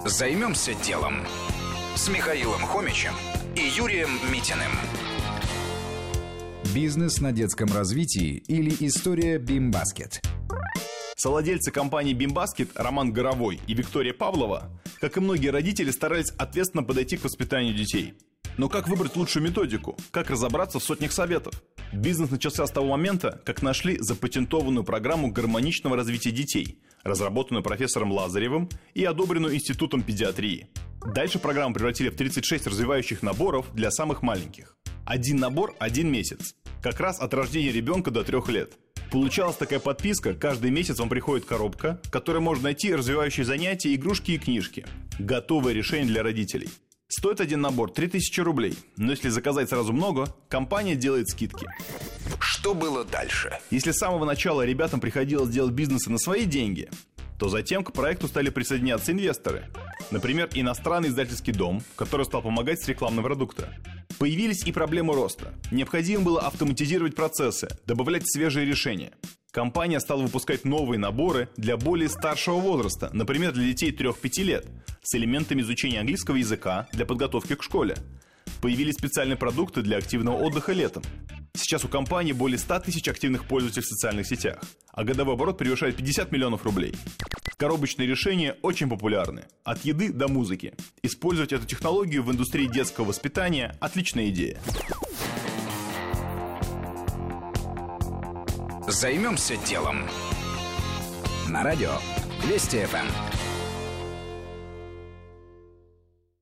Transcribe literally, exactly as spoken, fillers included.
Займемся делом с Михаилом Хомичем и Юрием Митиным. Бизнес на детском развитии или история BIMBasket. Совладельцы компании BIMBasket Роман Горовой и Виктория Павлова, как и многие родители, старались ответственно подойти к воспитанию детей. Но как выбрать лучшую методику? Как разобраться в сотнях советов? Бизнес начался с того момента, как нашли запатентованную программу гармоничного развития детей, разработанную профессором Лазаревым и одобренную Институтом педиатрии. Дальше программу превратили в тридцать шесть развивающих наборов для самых маленьких. Один набор – один месяц. Как раз от рождения ребенка до трех лет. Получалась такая подписка, каждый месяц вам приходит коробка, в которой можно найти развивающие занятия, игрушки и книжки. Готовое решение для родителей. Стоит один набор три тысячи рублей, но если заказать сразу много, компания делает скидки. Что было дальше? Если с самого начала ребятам приходилось делать бизнесы на свои деньги, то затем к проекту стали присоединяться инвесторы. Например, иностранный издательский дом, который стал помогать с рекламой продукта. Появились и проблемы роста. Необходимо было автоматизировать процессы, добавлять свежие решения. Компания стала выпускать новые наборы для более старшего возраста, например, для детей трёх-пяти лет, с элементами изучения английского языка для подготовки к школе. Появились специальные продукты для активного отдыха летом. Сейчас у компании более ста тысяч активных пользователей в социальных сетях, а годовой оборот превышает пятьдесят миллионов рублей. Коробочные решения очень популярны, от еды до музыки. Использовать эту технологию в индустрии детского воспитания – отличная идея. Займемся делом. На радио Вести эф эм.